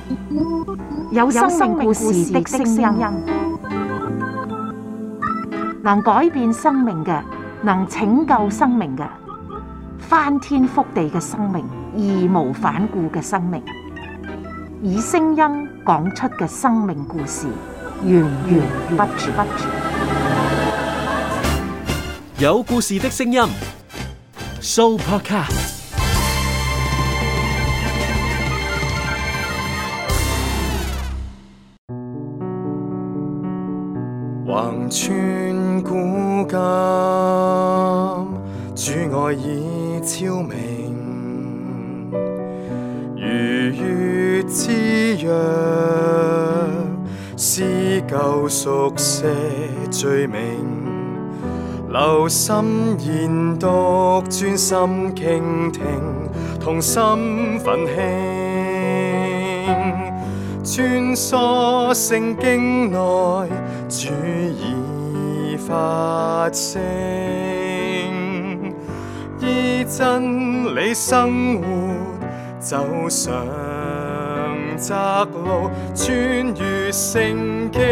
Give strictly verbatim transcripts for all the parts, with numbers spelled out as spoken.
有生命故事的聲音，能改變生命嘅，能拯救生命嘅，翻天覆地嘅生命，義無反顧嘅生命，以聲音講出嘅生命故事，源源不絕。 有故事的聲音 ，Sooopodcast。 橫穿古今，主愛已超明，如月之約，撕舊熟寫罪名，留心研讀，專心傾聽，同心奮興，穿梭聖經內，主已發聲，依真理生活，走上窄路，穿越聖經。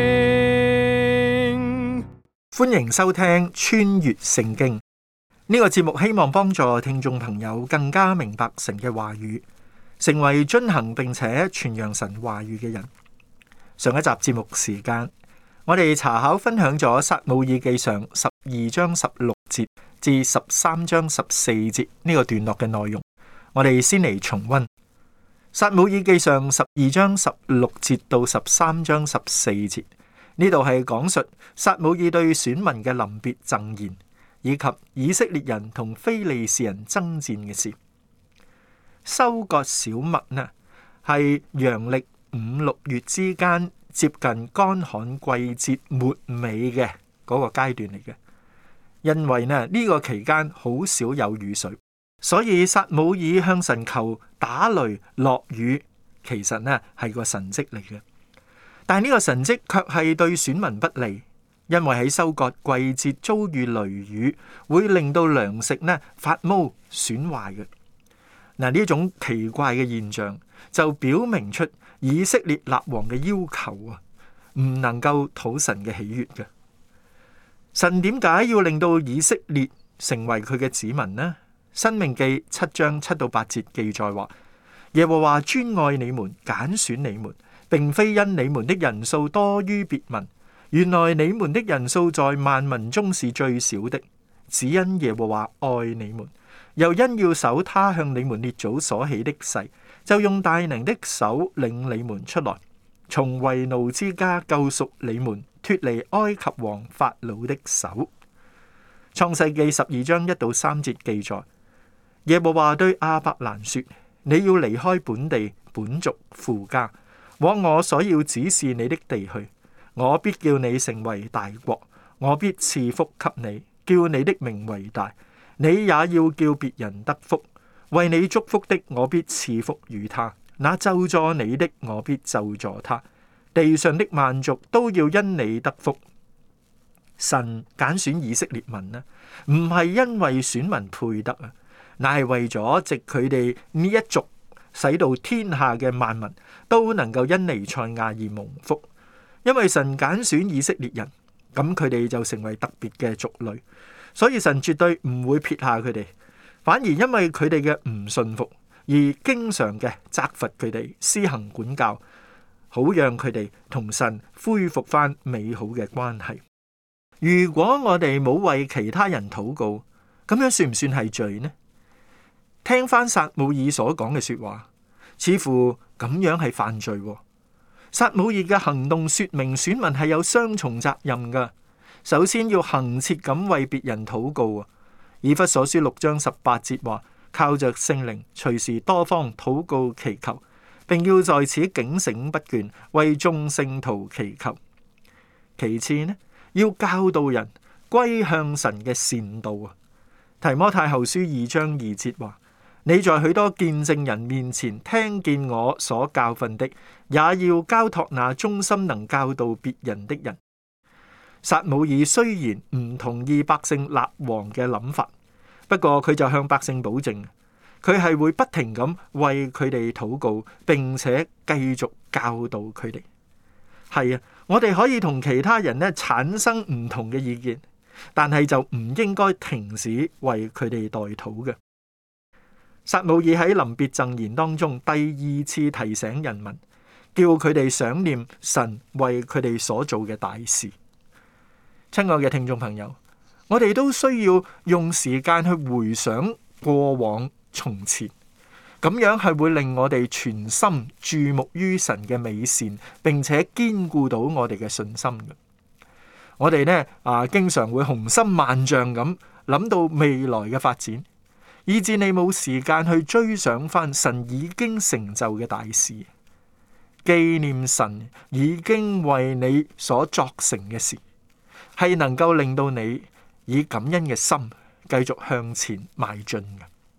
歡迎收聽《穿越聖經》呢個節目，希望幫助聽眾朋友更加明白神嘅話語，成為遵行並且傳揚神話語嘅人。上一集節目時間，我哋查考分享咗撒母耳記上十二章十六節至十三章十四節呢個段落嘅內容。我哋先嚟重溫撒母耳記上十二章十六節到十三章十四節，呢度係講述撒母耳對選民嘅臨別贈言，以及以色列人同非利士人爭戰嘅事。收割小麥呢，係陽曆五六月之間，接近乾旱季節末尾嘅嗰個階段嚟嘅。因為呢呢個期間好少有雨水，所以撒母耳向神求打雷落雨，其實呢係個神蹟嚟嘅。但係呢個神蹟卻係對選民不利，因為喺收割季節遭遇雷雨，會令到糧食呢發毛損壞嘅。嗱，呢種奇怪嘅現象就表明出以色列立王嘅要求啊，唔能夠討神嘅喜悅嘅。神點解要令到以色列成為佢嘅子民呢？申命記七章七到八節記載話：耶和華專愛你們，揀選你們，並非因你們的人數多於別民，原來你們的人數在萬民中是最少的，只因耶和華愛你們，又因要守他向你們列祖所起的誓，就用大能的手領你們出來，從為奴之家救贖你們，脫離埃及王法老的手。創世記十二章一到三節記載，耶和華對亞伯蘭說：你要離開本地本族父家，往我所要指示你的地去，我必叫你成為大國，我必賜福給你，叫你的名為大，你也要叫別人得福。為你祝福的，我必賜福與他；那咒詛你的，我必咒詛他。地上的萬族都要因你得福。神揀選以色列民呢，唔係因為選民配得啊，乃係為咗藉佢哋呢一族，使到天下嘅萬民都能夠因彌賽亞而蒙福。因為神揀選以色列人，咁佢哋就成為特別嘅族類，所以神絕對唔會撇下佢哋。反而因為佢哋嘅唔信服，而經常嘅責罰佢哋，施行管教，好讓佢哋同神恢復翻美好嘅關係。如果我哋冇為其他人禱告，咁樣算唔算係罪呢？聽翻撒母耳所講嘅說話，似乎咁樣係犯罪。撒母耳嘅行動說明選民係有雙重責任噶。首先要恆切咁為別人禱告啊。以弗所書六章十八節話：靠着聖靈，隨時多方禱告祈求，並要在此警醒不倦，為眾聖徒祈求。其次呢，要教導人歸向神嘅善道啊。提摩太後書二章二節話：你在許多見證人面前聽見我所教訓的，也要交託那忠心能教導別人的人。撒母耳雖然唔同意百姓立王嘅諗法，不過佢就向百姓保證， 佢係會不停咁為佢哋禱告，並且繼續教導佢哋。係啊，我哋可以同其他人咧產生唔同嘅意見，但係就唔應該停止為佢哋代禱嘅。撒母耳喺臨別贈言當中第二次提醒人民，叫佢哋想念神為佢哋所做嘅大事。親愛嘅聽眾朋友，我哋都需要用時間去回想過往從前，咁樣係會令我哋全心注目於神嘅美善，並且堅固到我哋嘅信心嘅。我哋呢啊，經常會雄心萬丈咁諗到未來嘅發展，以致你冇時間去追想翻神已經成就嘅大事，紀念神已經為你所作成嘅事，係能夠令到你以感恩嘅心繼續向前邁進嘅。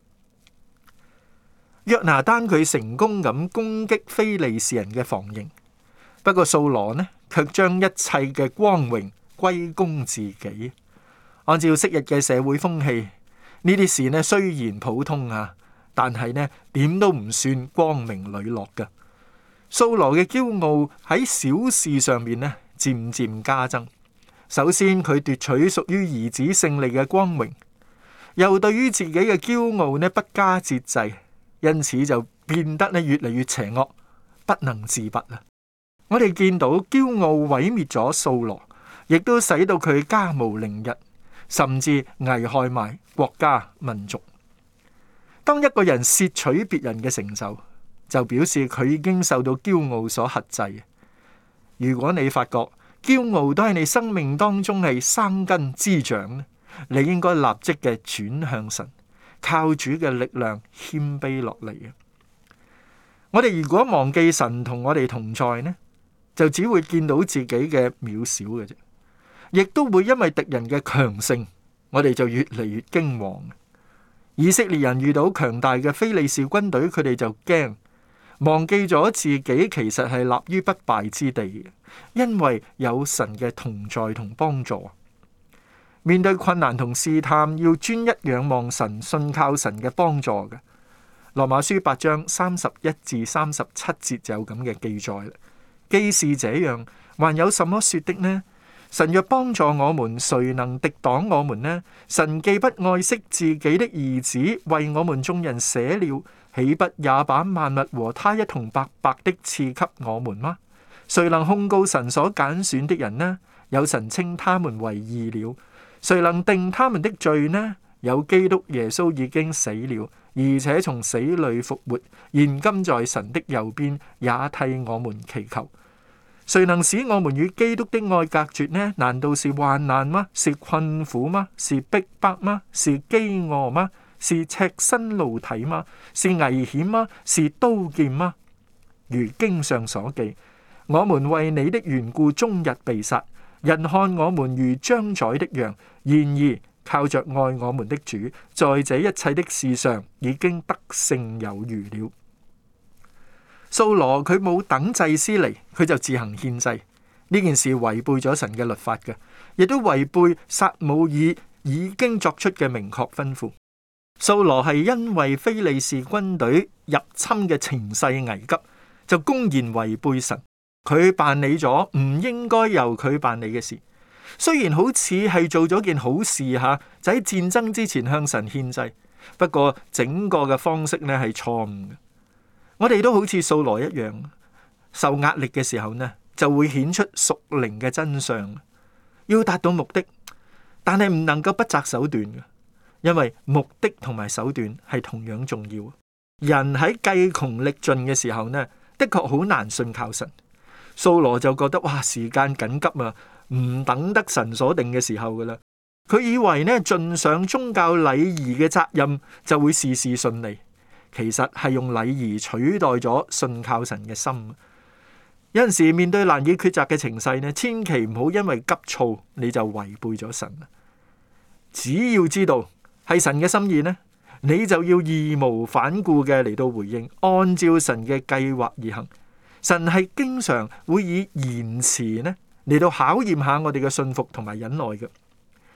約拿單佢成功咁攻擊非利士人嘅防營，不過掃羅呢卻將一切嘅光榮歸功自己。按照昔日嘅社會風氣，呢啲事呢雖然普通啊，但係呢點都唔算光明磊落嘅。掃羅嘅驕傲喺小事上面呢漸漸加增。首先佢奪取屬於兒子勝利嘅光榮，又對於自己嘅驕傲呢不加節制，因此就變得呢越嚟越邪惡，不能自拔啦。我哋見到驕傲毀滅咗掃羅，亦都使到佢家無寧日，甚至危害埋國家民族。當一個人竊取別人嘅成就，就表示佢已經受到驕傲所轄制。如果你發覺驕傲都喺你生命當中係生根滋長，你應該立即嘅轉向神，靠主嘅力量謙卑落嚟嘅。我哋如果忘記神同我哋同在呢，就只會見到自己嘅渺小嘅啫，亦都會因為敵人嘅強盛，我哋就越嚟越驚惶。以色列人遇到強大嘅非利士軍隊，佢哋就驚，忘記咗自己其實係立於不敗之地嘅，因為有神嘅同在同幫助。面對困難同試探，要專一仰望神，信靠神嘅幫助嘅。羅馬書八章三十一至三十七節就有咁嘅記載啦。既是這樣，還有什麼說的呢？神若幫助我們，誰能敵擋我們呢？神既不愛惜自己的兒子，為我們眾人捨了，豈不也把萬物和他一同白白的賜給我們嗎？誰能控告神所揀選的人呢？有神稱他們為義了。誰能定他們的罪呢？有基督耶穌已經死了，而且從死裏復活，現今在神的右邊，也替我們祈求。誰能使我們與基督的愛隔絕呢？難道是患難嗎？是困苦嗎？是逼迫嗎？是飢餓嗎？是赤身露體嗎？是危險嗎？是刀劍嗎？如經上所記，我們為你的緣故終日被殺，人看我們如將宰的羊。然而靠着愛我們的主，在這一切的事上已經得勝有餘了。掃羅佢冇等祭司嚟，佢就自行獻祭，呢件事違背咗神嘅律法嘅，亦都違背撒母耳已經作出嘅明確吩咐。掃羅係因為非利士軍隊入侵嘅情勢危急，就公然違背神，佢辦理咗唔應該由佢辦理嘅事。雖然好似係做咗件好事吓，就喺戰爭之前向神獻祭，不過整個嘅方式呢係錯誤嘅。我哋都好似掃羅一樣，受壓力嘅時候呢，就會顯出屬靈嘅真相，要達到目的，但係唔能夠不擇手段嘅，因為目的同埋手段係同樣重要。人喺計窮力盡嘅時候呢，的確好難信靠神。掃羅就覺得哇，時間緊急啊，唔等得神所定嘅時候噶啦。佢以為呢，盡上宗教禮儀嘅責任就會事事順利。其實係用禮儀取代咗信靠神嘅心。有陣時面對難以抉擇嘅情勢呢，千祈唔好因為急躁你就違背咗神。只要知道係神嘅心意呢，你就要義無反顧嘅嚟到回應，按照神嘅計劃而行。神係經常會以延遲呢嚟到考驗下我哋嘅信服同埋忍耐嘅。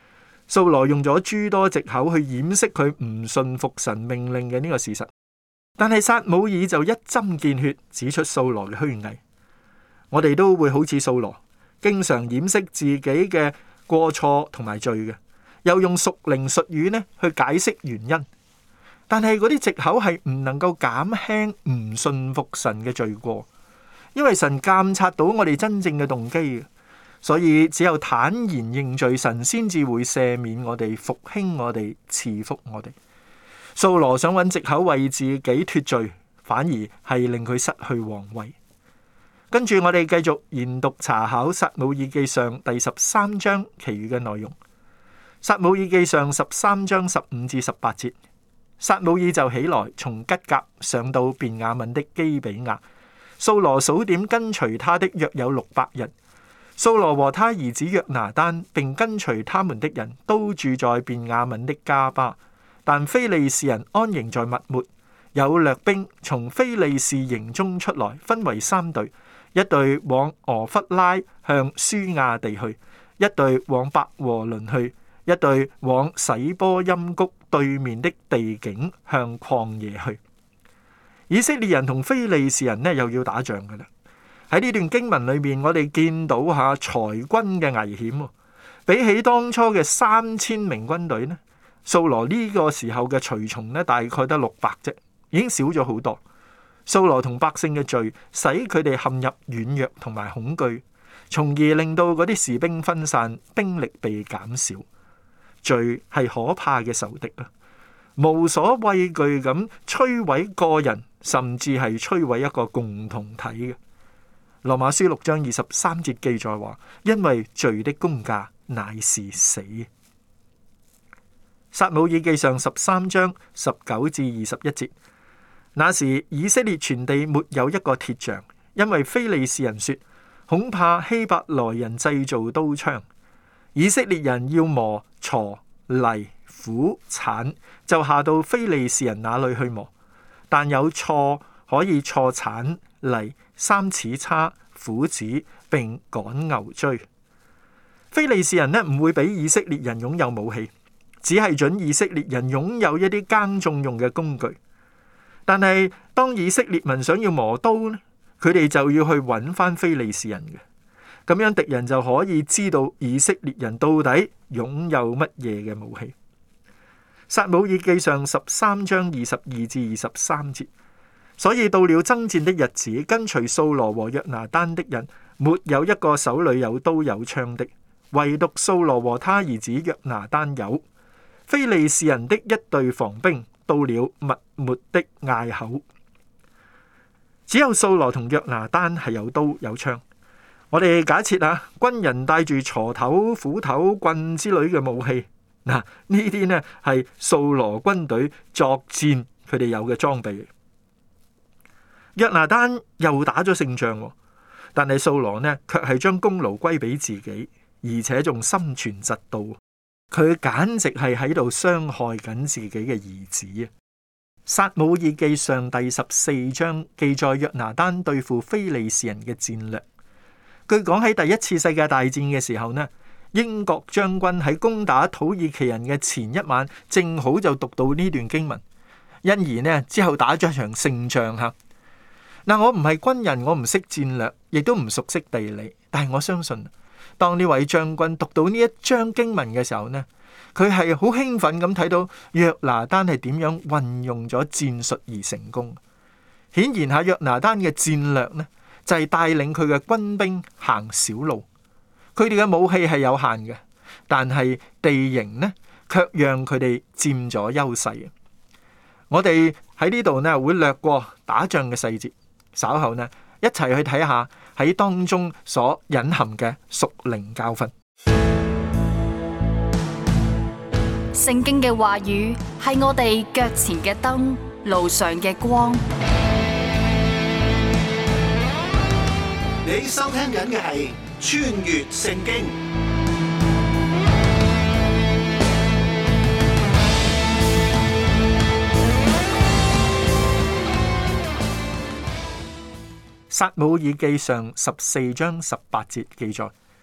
掃羅用咗諸多藉口去掩飾佢唔信服神命令嘅呢個事實，但係撒母耳就一針見血指出掃羅嘅虛偽。我哋都會好似掃羅，經常掩飾自己嘅過錯同埋罪嘅，又用屬靈術語呢去解釋原因。但係嗰啲藉口係唔能夠減輕唔信服神嘅罪過，因為神監察到我哋真正嘅動機嘅。所以只有坦然認罪，神先至會赦免我哋、復興我哋、賜福我哋。掃羅想揾藉口為自己脫罪，反而係令佢失去皇位。跟住我哋繼續研讀查考撒母耳記上第十三章其餘嘅內容。撒母耳記上十三章十五至十八節，撒母耳就起來，從吉甲上到便雅憫的基比亞。掃羅數點跟隨他的約有六百人。掃羅和他兒子約拿單並跟隨他們的人都住在便雅憫的加巴，但非利士人安營在密抹。有掠兵從非利士營中出來，分為三隊，一隊往俄弗拉向舒亞地去，一隊往伯和倫去，一隊往洗波音谷對面的地境向曠野去。以色列人同非利士人呢又要打仗噶啦。喺呢段經文裏面，我哋見到下裁軍嘅危險，比起當初嘅三千名軍隊呢，掃羅呢個時候嘅隨從呢，大概得六百隻，已經少咗好多。掃羅同百姓嘅罪，使佢哋陷入軟弱同埋恐懼，從而令到嗰啲士兵分散，兵力被減少。罪係可怕嘅仇敵啊，無所畏懼咁摧毀個人，甚至係摧毀一個共同體嘅。羅馬書六章二十三節記載話，因為罪的工價乃是死。撒母耳記上十三章十九至二十一節，那時以色列全地沒有一個鐵匠，因為非利士人說，恐怕希伯來人製造刀槍。以色列人要磨鋤犁斧鏟，就下到非利士人那裏去磨，但有銼可以銼鏟犁、三齒叉、斧子並趕牛追。非利士人呢唔會俾以色列人擁有武器，只係准以色列人擁有一啲耕種用嘅工具。但係當以色列民想要磨刀呢，佢哋就要去揾翻非利士人嘅，咁樣敵人就可以知道以色列人到底擁有乜嘢嘅武器。撒母耳記上十三章二十二至二十三節。所以到了爭戰的日子，跟隨掃羅和約拿單的人，沒有一個手裏有刀有槍的，唯獨掃羅和他兒子約拿單有。非利士人的一隊防兵到了密抹的隘口，只有掃羅同約拿單係有刀有槍。我哋假設啊，軍人帶住鋤頭、斧頭、棍之類嘅武器，嗱，呢啲呢係掃羅軍隊作戰佢哋有嘅裝備。約拿單又打咗勝仗，但係掃羅呢，卻係將功勞歸俾自己，而且仲心存嫉妒。佢簡直係喺度傷害緊自己嘅兒子啊！撒母耳記上第十四章記載約拿單對付非利士人嘅戰略。據講喺第一次世界大戰嘅時候呢，英國將軍喺攻打土耳其人嘅前一晚，正好就讀到呢段經文，因而呢之後打咗一場勝仗吓。嗱，我唔係軍人，我唔識戰略，亦都唔熟悉地理，但係我相信，當呢位將軍讀到呢一章經文嘅時候呢，佢係好興奮咁睇到約拿單係點樣運用咗戰術而成功。顯然下約拿單嘅戰略呢，就係帶領佢嘅軍兵行小路，佢哋嘅武器係有限嘅，但係地形呢，卻讓佢哋佔咗優勢。我哋喺呢度呢會略過打仗嘅細節。稍後呢，一齊去睇下喺當中所隱含嘅屬靈教訓。 聖經嘅話語係我哋腳前嘅燈，路上嘅光。 你收聽緊嘅係穿越聖經。 撒母耳記上十四章十八節記載，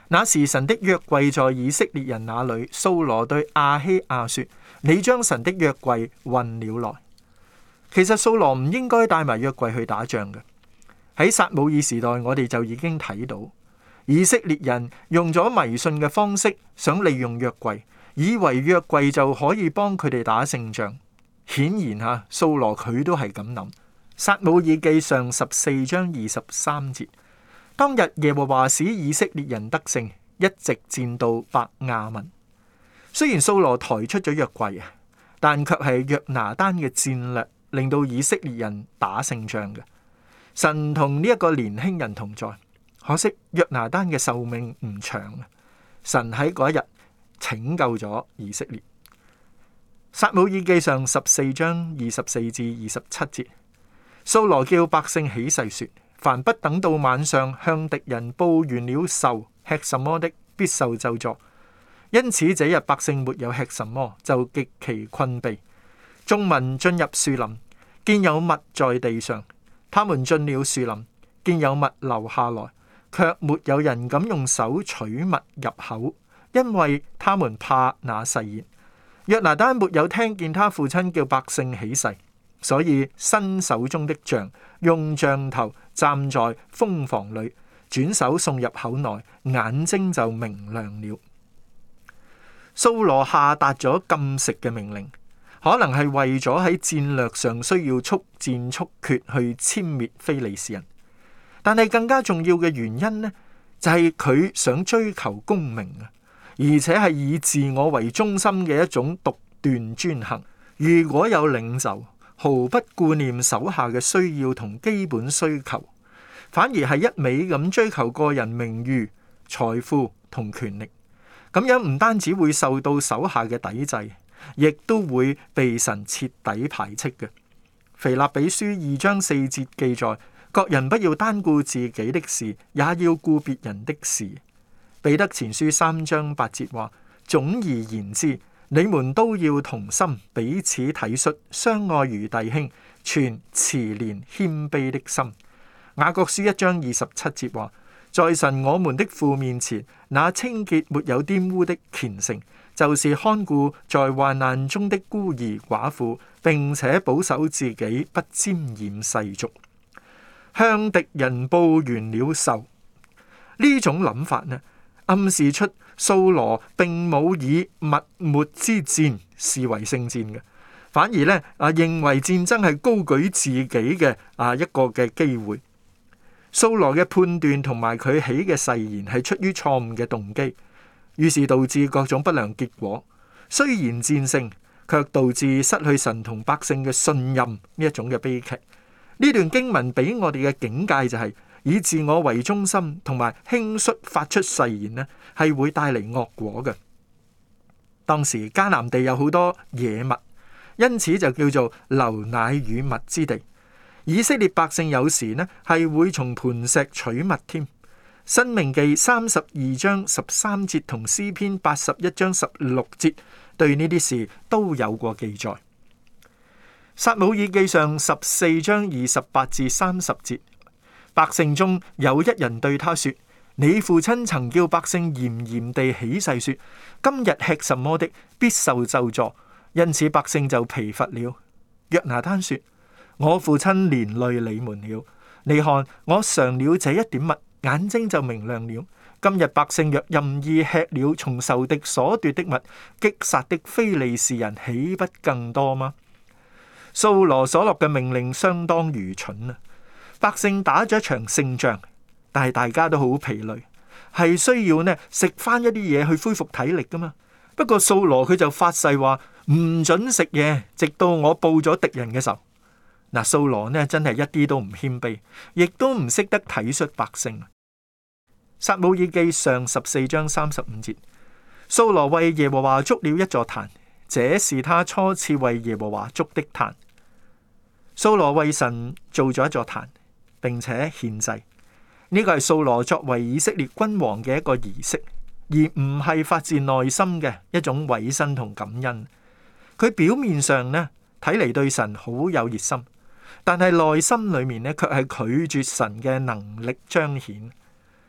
那時神的約櫃在以色列人那裏，掃羅對亞希亞說：你將神的約櫃運了來。其實掃羅唔應該帶埋約櫃去打仗嘅。喺撒母耳時代，我哋就已經睇到以色列人用咗迷信嘅方式，想利用約櫃，以為約櫃就可以幫佢哋打勝仗。顯然吓，掃羅佢都係咁諗。撒母耳記上十四章二十三節。當日耶和華使以色列人得勝，一直戰到伯亞文。雖然掃羅抬出咗約櫃啊，但卻係約拿單嘅戰略令到以色列人打勝仗嘅。神同呢一個年輕人同在，可惜約拿單嘅壽命唔長啊。神喺嗰一日拯救咗以色列。撒母耳記上十四章二十四至二十七節，掃羅叫百姓起誓說：凡不等到晚上向敵人報完了仇，吃什麼的必受咒詛。因此這日百姓沒有吃什麼，就極其困憊。眾民進入樹林，見有物在地上，他們進了樹林，見有物流下來，卻沒有人敢用手取物入口，因為他們怕那誓言。約拿單沒有聽見他父親叫百姓起誓，所以伸手中的杖，用杖頭站在蜂房裏，轉手送入口內，眼睛就明亮了。掃羅下達咗禁食嘅命令，可能係為咗喺戰略上需要速戰速決去殲滅非利士人，但係更加重要嘅原因呢，就係佢想追求功名啊，而且係以自我為中心嘅一種獨斷專行。如果有領袖毫不顧念手下嘅需要同基本需求，反而係一味咁追求個人名譽、財富同權力，咁樣唔單止會受到手下嘅抵制，亦都會被神徹底排斥嘅。腓立比書二章四節記載：各人不要單顧自己的事，也要顧別人的事。彼得前書三章八節話：總而言之，你們都要同心，彼此體恤，相愛如弟兄，存慈憐謙卑的心。雅各書一章二十七節話：在神我們的父面前，那清潔沒有玷污的虔誠，就是看顧在患難中的孤兒寡婦，並且保守自己不沾染世俗，向敵人報完了仇。呢種諗法呢，暗示出掃羅並冇以密抹之戰視為聖戰嘅，反而咧啊認為戰爭係高舉自己嘅啊一個嘅機會。掃羅嘅判斷同埋佢起嘅誓言係出於錯誤嘅動機，於是導致各種不良結果。雖然戰勝，卻導致失去神同百姓嘅信任呢一種嘅悲劇。呢段經文俾我哋嘅警戒就係、是、以自我為中心同埋輕率發出誓言呢，係會帶嚟惡果嘅。當時迦南地有好多野物，因此就叫做流奶與蜜之地。以色列百姓有時呢係會從磐石取蜜添。申命記三十二章十三節同詩篇八十一章十六節對呢啲事都有過記載。撒母耳記上十四章二十八至三十節，百姓中有一人對他說：你父親曾叫百姓嚴嚴地起誓說，今日吃什麼的必受咒詛，因此百姓就疲乏了。約拿單說：我父親連累你們了，你看我嘗了這一點蜜，眼睛就明亮了。今日百姓若任意吃了從仇敵所奪的蜜，擊殺的非利士人豈不更多嗎？掃羅所落嘅命令相當愚蠢啊！百姓打咗一場勝仗，但係大家都好疲累，係需要呢食翻一啲嘢去恢復體力噶嘛。不過掃羅佢就發誓話唔准食嘢，直到我報咗敵人嘅仇。嗱，掃羅呢真係一啲都唔謙卑，亦都唔識得體恤百姓。撒母耳記上十四章三十五節，掃羅為耶和華築了一座壇，這是他初次為耶和華築的壇。掃羅為神做咗一座壇，並且獻祭。呢個係掃羅作為以色列君王嘅一個儀式，而唔係發自內心嘅一種委身同感恩。佢表面上呢睇嚟對神好有熱心，但係內心裏面呢卻係拒絕神嘅能力彰顯。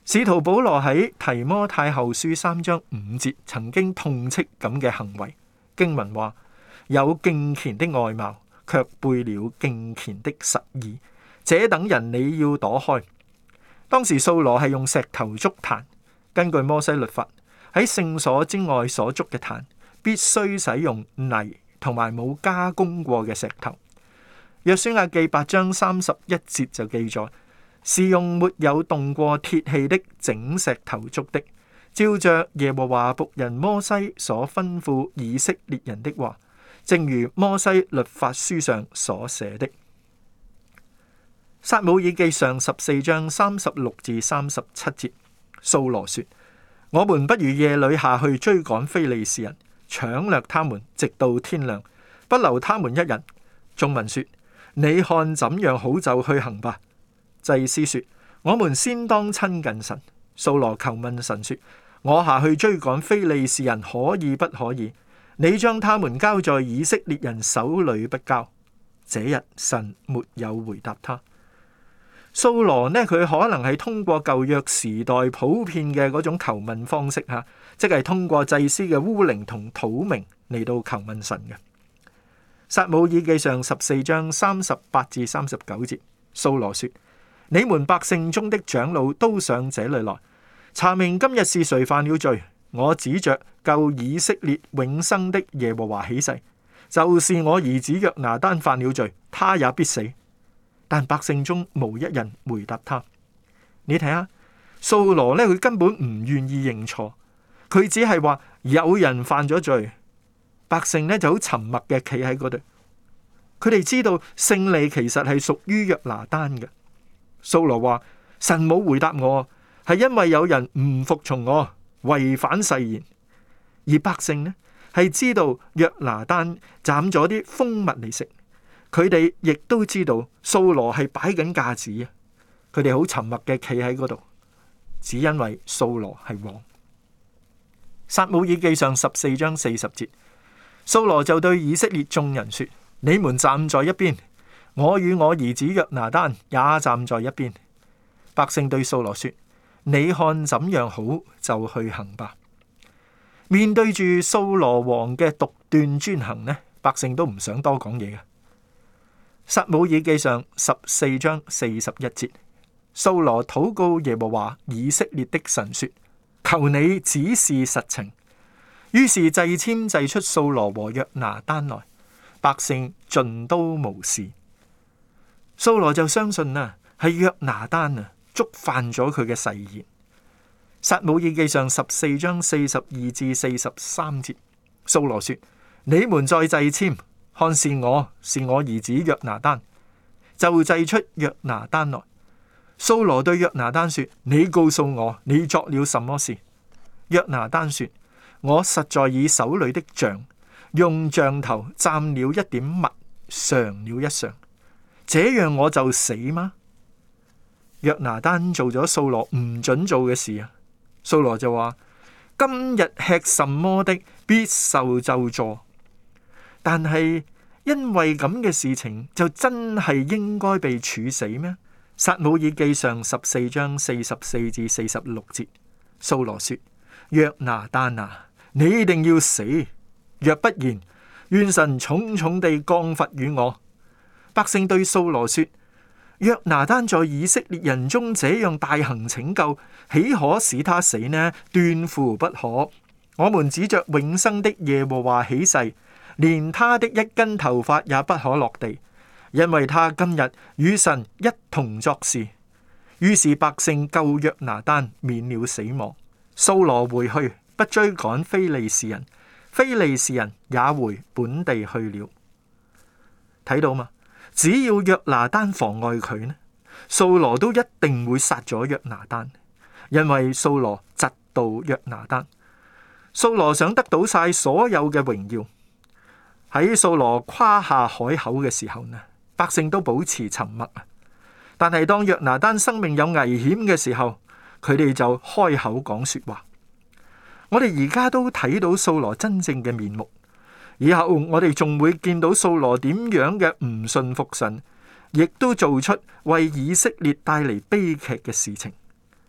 使徒保羅喺提摩太後書三章五節曾經痛斥咁嘅行為。經文話：有敬虔的外貌，卻背了敬虔的實意，這等人你要躲開。當時掃羅係用石頭築壇，根據摩西律法，喺聖所之外所築嘅壇必須使用泥同埋冇加工過嘅石頭。約書亞記八章三十一節就記載，是用沒有動過鐵器的整石頭築的，照着耶和華僕人摩西所吩咐以色列人的話，正如摩西律法書上所寫的。撒母耳記上十四章三十六至三十七節，掃羅說：我們不如夜裏下去追趕非利士人，搶掠他們，直到天亮，不留他們一人。眾民說：你看怎樣好就去行吧。祭司說：我們先當親近神。掃羅求問神說：我下去追趕非利士人可以不可以？你將他們交在以色列人手裏不交。這日神沒有回答他。掃羅呢，佢可能係通過舊約時代普遍嘅嗰種求問方式吓，即係通過祭司嘅烏靈同土明嚟到求問神嘅。撒母耳記上十四章三十八至三十九節，掃羅說：你們百姓中的長老都上這裏來，查明今日是誰犯了罪。我指着救以色列永生的耶和華起誓，就是我兒子約拿單犯了罪，他也必死。但百姓中無一人回答他。你睇下，掃羅呢，佢根本唔願意認錯，佢只係話有人犯咗罪，百姓呢就好沉默嘅企喺嗰度。佢哋知道勝利其實係屬於約拿單嘅。掃羅話：神冇回答我，係因為有人唔服從我，違反誓言。而百姓呢係知道約拿單斬咗啲蜂蜜嚟食。佢哋亦都知道掃羅係擺緊架子啊！佢哋好沉默嘅企喺嗰度，只因為掃羅係王。撒母耳記上十四章四十節，掃羅就對以色列眾人說：你們站在一邊，我與我兒子約拿單也站在一邊。百姓對掃羅說：你看怎樣好就去行吧。面對住掃羅王嘅獨斷專行呢，百姓都唔想多講嘢嘅。撒母耳記上十四章四十一節，掃羅禱告耶和華以色列的神說：求你指示實情。於是掣籤掣出掃羅和約拿單來，百姓盡都無事。掃羅就相信啊，係約拿單啊觸犯咗佢嘅誓言。撒母耳記上十四章四十二至四十三節，掃羅說：你們再掣籤。看是我是我兒子約拿單，就掣出約拿單來。掃羅對約拿單說：你告訴我，你作了什麼事？約拿單說：我實在以手裏的杖，用杖頭蘸了一點蜜，嘗了一嘗，這樣我就死嗎？約拿單做咗掃羅唔准做嘅事啊！掃羅就話：今日吃什麼的，必受咒詛。但係因為咁嘅事情，就真係應該被處死咩？撒母耳記上十四章四十四至四十六節，掃羅說：約拿單啊，你一定要死，若不然，願神重重地降罰與我。百姓對掃羅說：約拿單在以色列人中這樣大行拯救，豈可使他死呢？斷乎不可。我們指着永生的耶和華起誓，連他的一根頭髮也不可落地，因為他今日與神一同作事。於是百姓救約拿單免了死亡。掃羅回去，不追趕非利士人，非利士人也回本地去了。睇到嘛？只要約拿單妨礙佢呢，掃羅都一定會殺咗約拿單，因為掃羅嫉妒約拿單。掃羅想得到晒所有嘅榮耀。喺掃羅誇下海口嘅時候呢，百姓都保持沉默啊。但係當約拿單生命有危險嘅時候，佢哋就開口講說話。我哋而家都睇到掃羅真正嘅面目，以後我哋仲會見到掃羅點樣嘅唔信服神，亦都做出為以色列帶嚟悲劇嘅事情。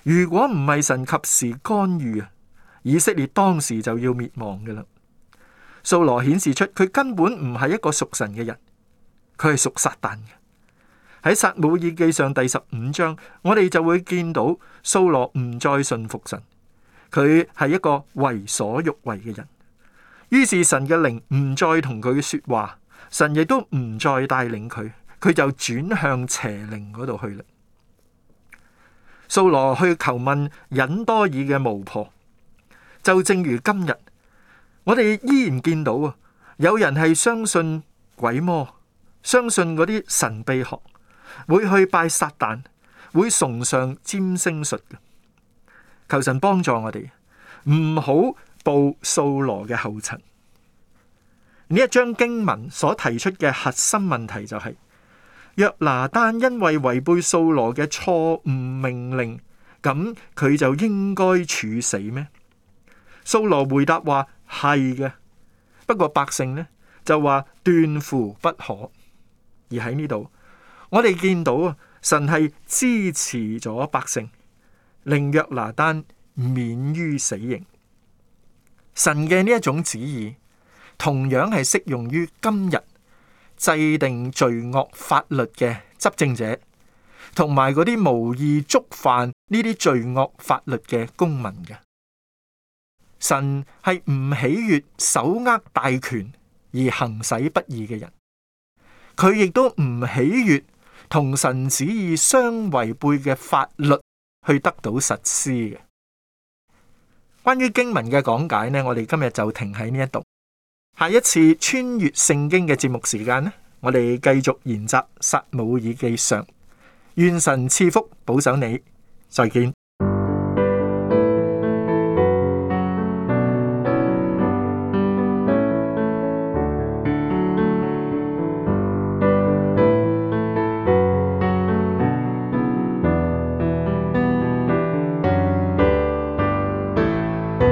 如果唔係神及時干預啊，以色列當時就要滅亡嘅啦。掃羅顯示出佢根本唔係一個屬神嘅人，佢係屬撒旦嘅。喺撒母耳記上第十五章，我哋就會見到掃羅唔再信服神，佢係一個為所欲為嘅人。於是神嘅靈唔再同佢說話，神亦都唔再帶領佢，佢就轉向邪靈嗰度去啦。掃羅去求問隱多爾嘅巫婆，就正如今日，我哋依然見到啊，有人係相信鬼魔，相信嗰啲神秘學，會去拜撒旦，會崇尚占星術嘅。求神幫助我哋，唔好步掃羅嘅後塵。呢一章經文所提出嘅核心問題就係、是，約拿單因為違背掃羅嘅錯誤命令，咁佢就應該處死咩？掃羅回答話係嘅，不過百姓呢就話斷乎不可。而喺呢度，我哋見到啊，神係支持咗百姓，令約拿單免於死刑。神嘅呢一種旨意，同樣係適用於今日制定罪惡法律嘅執政者，同埋嗰啲無意觸犯呢啲罪惡法律嘅公民嘅。神係唔喜悅手握大權而行使不義嘅人，佢亦都唔喜悅同神旨意相違背嘅法律去得到實施嘅。關於經文嘅講解呢，我哋今日就停喺呢一度。下一次穿越聖經嘅節目時間呢，我哋繼續研習撒母耳記上。願神賜福保守你，再見。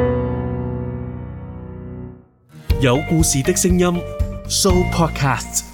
有故事的聲音 Show Podcast。